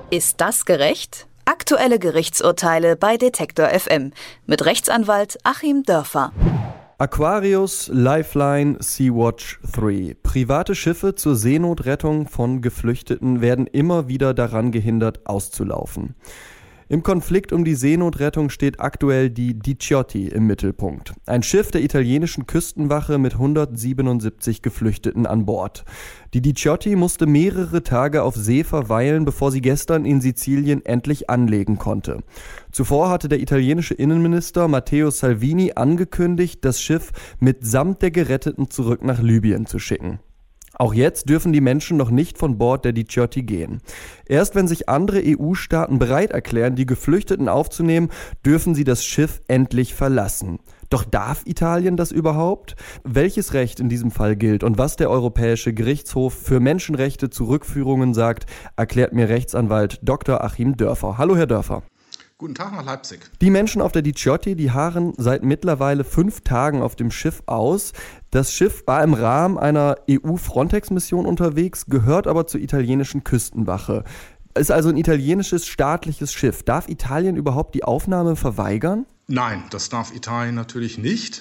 Ist das gerecht? Aktuelle Gerichtsurteile bei Detektor FM mit Rechtsanwalt Achim Dörfer. Aquarius, Lifeline, Sea-Watch 3. Private Schiffe zur Seenotrettung von Geflüchteten werden immer wieder daran gehindert, auszulaufen. Im Konflikt um die Seenotrettung steht aktuell die Diciotti im Mittelpunkt. Ein Schiff der italienischen Küstenwache mit 177 Geflüchteten an Bord. Die Diciotti musste mehrere Tage auf See verweilen, bevor sie gestern in Sizilien endlich anlegen konnte. Zuvor hatte der italienische Innenminister Matteo Salvini angekündigt, das Schiff mitsamt der Geretteten zurück nach Libyen zu schicken. Auch jetzt dürfen die Menschen noch nicht von Bord der Diciotti gehen. Erst wenn sich andere EU-Staaten bereit erklären, die Geflüchteten aufzunehmen, dürfen sie das Schiff endlich verlassen. Doch darf Italien das überhaupt? Welches Recht in diesem Fall gilt und was der Europäische Gerichtshof für Menschenrechte zu Rückführungen sagt, erklärt mir Rechtsanwalt Dr. Achim Dörfer. Hallo, Herr Dörfer. Guten Tag nach Leipzig. Die Menschen auf der Diciotti, die harren seit mittlerweile 5 Tagen auf dem Schiff aus. Das Schiff war im Rahmen einer EU-Frontex-Mission unterwegs, gehört aber zur italienischen Küstenwache. Ist also ein italienisches staatliches Schiff. Darf Italien überhaupt die Aufnahme verweigern? Nein, das darf Italien natürlich nicht.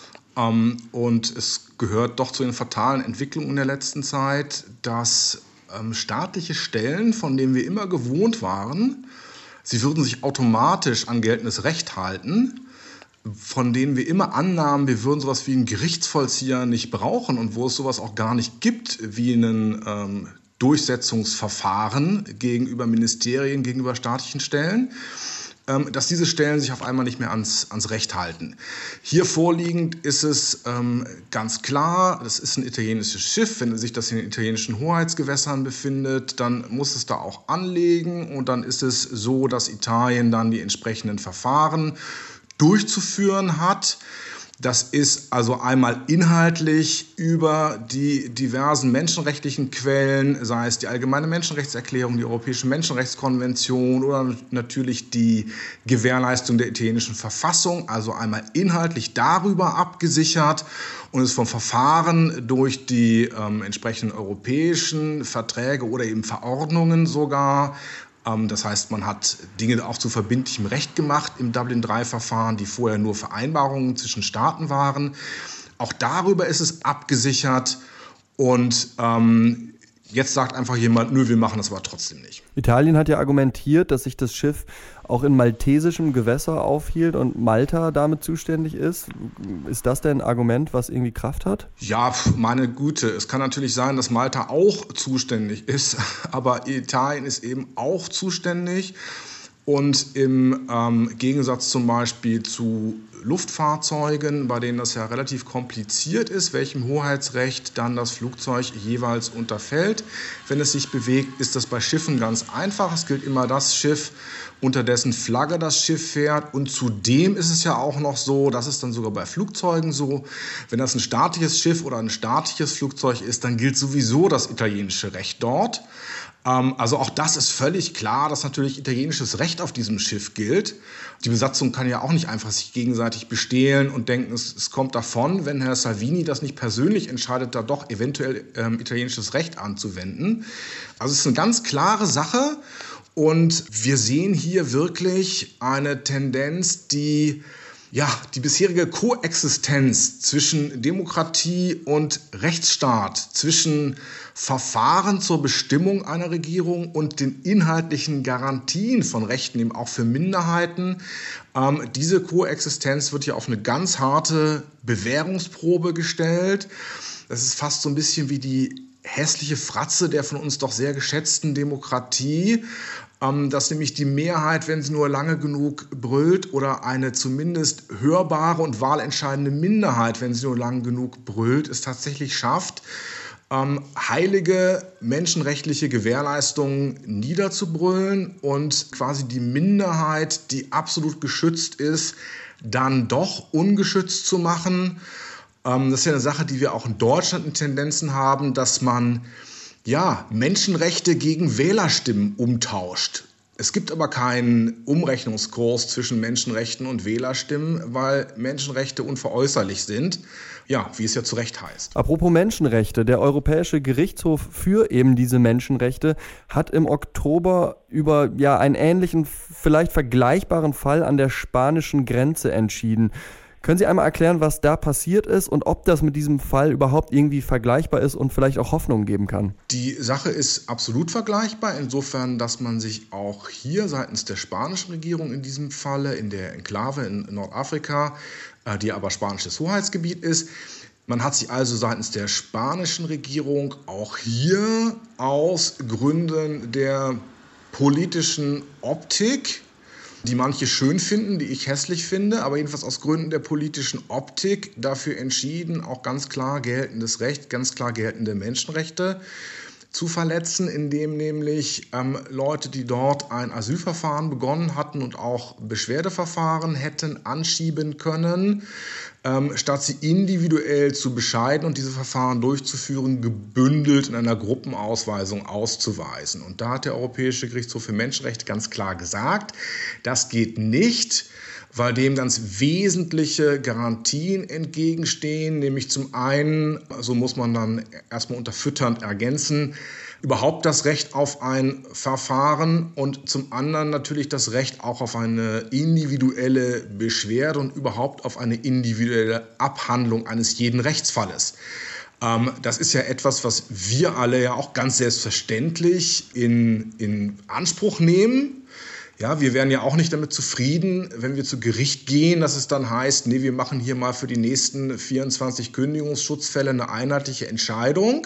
Und es gehört doch zu den fatalen Entwicklungen in der letzten Zeit, dass staatliche Stellen, von denen wir immer gewohnt waren, sie würden sich automatisch an geltendes Recht halten, von denen wir immer annahmen, wir würden sowas wie einen Gerichtsvollzieher nicht brauchen und wo es sowas auch gar nicht gibt wie ein Durchsetzungsverfahren gegenüber Ministerien, gegenüber staatlichen Stellen, dass diese Stellen sich auf einmal nicht mehr ans Recht halten. Hier vorliegend ist es ganz klar, das ist ein italienisches Schiff. Wenn sich das in den italienischen Hoheitsgewässern befindet, dann muss es da auch anlegen und dann ist es so, dass Italien dann die entsprechenden Verfahren durchzuführen hat. Das ist also einmal inhaltlich über die diversen menschenrechtlichen Quellen, sei es die Allgemeine Menschenrechtserklärung, die Europäische Menschenrechtskonvention oder natürlich die Gewährleistung der italienischen Verfassung, also einmal inhaltlich darüber abgesichert und ist vom Verfahren durch die entsprechenden europäischen Verträge oder eben Verordnungen sogar. Das heißt, man hat Dinge auch zu verbindlichem Recht gemacht im Dublin-III-Verfahren, die vorher nur Vereinbarungen zwischen Staaten waren. Auch darüber ist es abgesichert und jetzt sagt einfach jemand, nö, wir machen das aber trotzdem nicht. Italien hat ja argumentiert, dass sich das Schiff auch in maltesischem Gewässer aufhielt und Malta damit zuständig ist. Ist das denn ein Argument, was irgendwie Kraft hat? Ja, meine Güte, es kann natürlich sein, dass Malta auch zuständig ist, aber Italien ist eben auch zuständig. Und im Gegensatz zum Beispiel zu Luftfahrzeugen, bei denen das ja relativ kompliziert ist, welchem Hoheitsrecht dann das Flugzeug jeweils unterfällt. Wenn es sich bewegt, ist das bei Schiffen ganz einfach. Es gilt immer das Schiff, unter dessen Flagge das Schiff fährt. Und zudem ist es ja auch noch so, das ist dann sogar bei Flugzeugen so, wenn das ein staatliches Schiff oder ein staatliches Flugzeug ist, dann gilt sowieso das italienische Recht dort. Also auch das ist völlig klar, dass natürlich italienisches Recht auf diesem Schiff gilt. Die Besatzung kann ja auch nicht einfach sich gegenseitig bestehlen und denken, es kommt davon, wenn Herr Salvini das nicht persönlich entscheidet, da doch eventuell italienisches Recht anzuwenden. Also es ist eine ganz klare Sache und wir sehen hier wirklich eine Tendenz, die bisherige Koexistenz zwischen Demokratie und Rechtsstaat, zwischen Verfahren zur Bestimmung einer Regierung und den inhaltlichen Garantien von Rechten, eben auch für Minderheiten. Diese Koexistenz wird ja auf eine ganz harte Bewährungsprobe gestellt. Das ist fast so ein bisschen wie die hässliche Fratze der von uns doch sehr geschätzten Demokratie, dass nämlich die Mehrheit, wenn sie nur lange genug brüllt, oder eine zumindest hörbare und wahlentscheidende Minderheit, wenn sie nur lang genug brüllt, es tatsächlich schafft, heilige menschenrechtliche Gewährleistungen niederzubrüllen und quasi die Minderheit, die absolut geschützt ist, dann doch ungeschützt zu machen. Das ist ja eine Sache, die wir auch in Deutschland in Tendenzen haben, dass man Menschenrechte gegen Wählerstimmen umtauscht. Es gibt aber keinen Umrechnungskurs zwischen Menschenrechten und Wählerstimmen, weil Menschenrechte unveräußerlich sind, ja, wie es ja zu Recht heißt. Apropos Menschenrechte, der Europäische Gerichtshof für eben diese Menschenrechte hat im Oktober über einen ähnlichen, vielleicht vergleichbaren Fall an der spanischen Grenze entschieden. Können Sie einmal erklären, was da passiert ist und ob das mit diesem Fall überhaupt irgendwie vergleichbar ist und vielleicht auch Hoffnung geben kann? Die Sache ist absolut vergleichbar, insofern, dass man sich auch hier seitens der spanischen Regierung in diesem Falle, in der Enklave in Nordafrika, die aber spanisches Hoheitsgebiet ist, man hat sich also seitens der spanischen Regierung auch hier aus Gründen der politischen Optik, die manche schön finden, die ich hässlich finde, aber jedenfalls aus Gründen der politischen Optik dafür entschieden, auch ganz klar geltendes Recht, ganz klar geltende Menschenrechte zu verletzen, indem nämlich Leute, die dort ein Asylverfahren begonnen hatten und auch Beschwerdeverfahren hätten anschieben können, statt sie individuell zu bescheiden und diese Verfahren durchzuführen, gebündelt in einer Gruppenausweisung auszuweisen. Und da hat der Europäische Gerichtshof für Menschenrechte ganz klar gesagt, das geht nicht, weil dem ganz wesentliche Garantien entgegenstehen, nämlich zum einen, so muss man dann erstmal unterfütternd ergänzen, überhaupt das Recht auf ein Verfahren und zum anderen natürlich das Recht auch auf eine individuelle Beschwerde und überhaupt auf eine individuelle Abhandlung eines jeden Rechtsfalles. Das ist ja etwas, was wir alle ja auch ganz selbstverständlich in Anspruch nehmen. Ja, wir wären ja auch nicht damit zufrieden, wenn wir zu Gericht gehen, dass es dann heißt, nee, wir machen hier mal für die nächsten 24 Kündigungsschutzfälle eine einheitliche Entscheidung.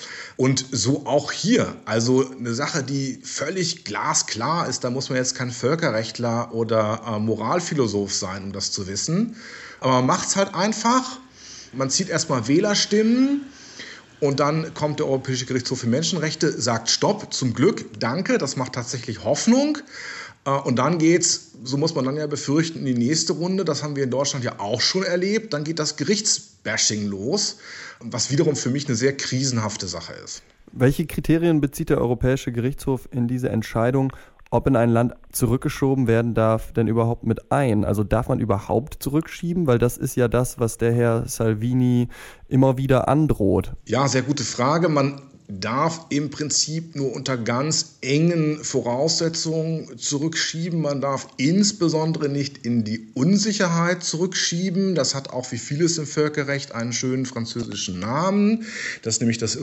Und so auch hier, also eine Sache, die völlig glasklar ist, da muss man jetzt kein Völkerrechtler oder Moralphilosoph sein, um das zu wissen. Aber man macht es halt einfach, man zieht erstmal Wählerstimmen und dann kommt der Europäische Gerichtshof für Menschenrechte, sagt Stopp, zum Glück, danke, das macht tatsächlich Hoffnung. Und dann geht's, so muss man dann ja befürchten, in die nächste Runde. Das haben wir in Deutschland ja auch schon erlebt. Dann geht das Gerichtsbashing los, was wiederum für mich eine sehr krisenhafte Sache ist. Welche Kriterien bezieht der Europäische Gerichtshof in diese Entscheidung, ob in ein Land zurückgeschoben werden darf, denn überhaupt mit ein? Also darf man überhaupt zurückschieben? Weil das ist ja das, was der Herr Salvini immer wieder androht. Ja, sehr gute Frage. Man darf im Prinzip nur unter ganz engen Voraussetzungen zurückschieben. Man darf insbesondere nicht in die Unsicherheit zurückschieben. Das hat auch wie vieles im Völkerrecht einen schönen französischen Namen. Das ist nämlich das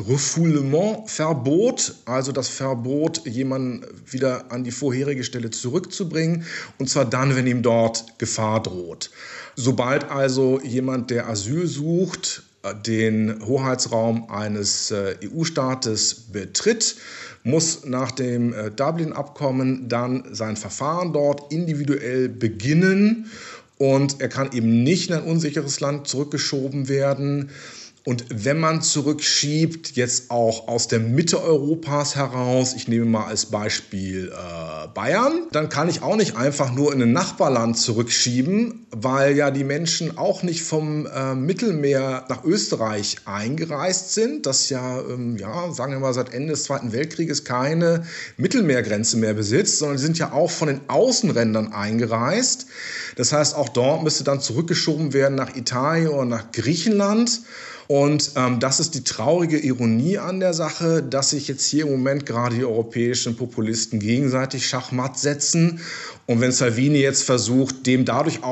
Refoulement-Verbot, also das Verbot, jemanden wieder an die vorherige Stelle zurückzubringen, und zwar dann, wenn ihm dort Gefahr droht. Sobald also jemand, der Asyl sucht, den Hoheitsraum eines EU-Staates betritt, muss nach dem Dublin-Abkommen dann sein Verfahren dort individuell beginnen und er kann eben nicht in ein unsicheres Land zurückgeschoben werden. Und wenn man zurückschiebt, jetzt auch aus der Mitte Europas heraus, ich nehme mal als Beispiel Bayern, dann kann ich auch nicht einfach nur in ein Nachbarland zurückschieben, weil ja die Menschen auch nicht vom Mittelmeer nach Österreich eingereist sind, das ja, sagen wir mal, seit Ende des Zweiten Weltkrieges keine Mittelmeergrenze mehr besitzt, sondern die sind ja auch von den Außenrändern eingereist. Das heißt, auch dort müsste dann zurückgeschoben werden nach Italien oder nach Griechenland. Und das ist die traurige Ironie an der Sache, dass sich jetzt hier im Moment gerade die europäischen Populisten gegenseitig Schachmatt setzen. Und wenn Salvini jetzt versucht, dem dadurch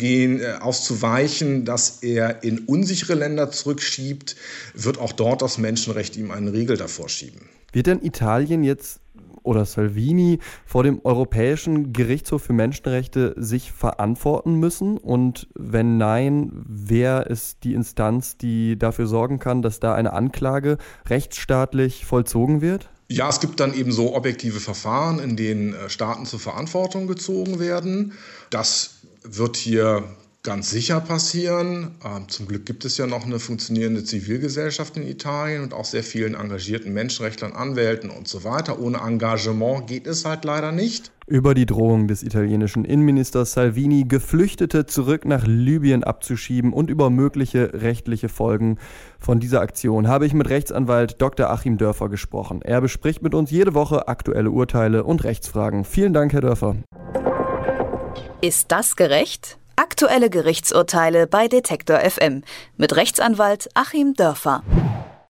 auszuweichen, dass er in unsichere Länder zurückschiebt, wird auch dort das Menschenrecht ihm einen Riegel davor schieben. Wird denn Italien jetzt oder Salvini vor dem Europäischen Gerichtshof für Menschenrechte sich verantworten müssen? Und wenn nein, wer ist die Instanz, die dafür sorgen kann, dass da eine Anklage rechtsstaatlich vollzogen wird? Ja, es gibt dann eben so objektive Verfahren, in denen Staaten zur Verantwortung gezogen werden. Das wird hier ganz sicher passieren. Zum Glück gibt es ja noch eine funktionierende Zivilgesellschaft in Italien und auch sehr vielen engagierten Menschenrechtlern, Anwälten und so weiter. Ohne Engagement geht es halt leider nicht. Über die Drohung des italienischen Innenministers Salvini, Geflüchtete zurück nach Libyen abzuschieben und über mögliche rechtliche Folgen von dieser Aktion habe ich mit Rechtsanwalt Dr. Achim Dörfer gesprochen. Er bespricht mit uns jede Woche aktuelle Urteile und Rechtsfragen. Vielen Dank, Herr Dörfer. Ist das gerecht? Aktuelle Gerichtsurteile bei Detektor FM mit Rechtsanwalt Achim Dörfer.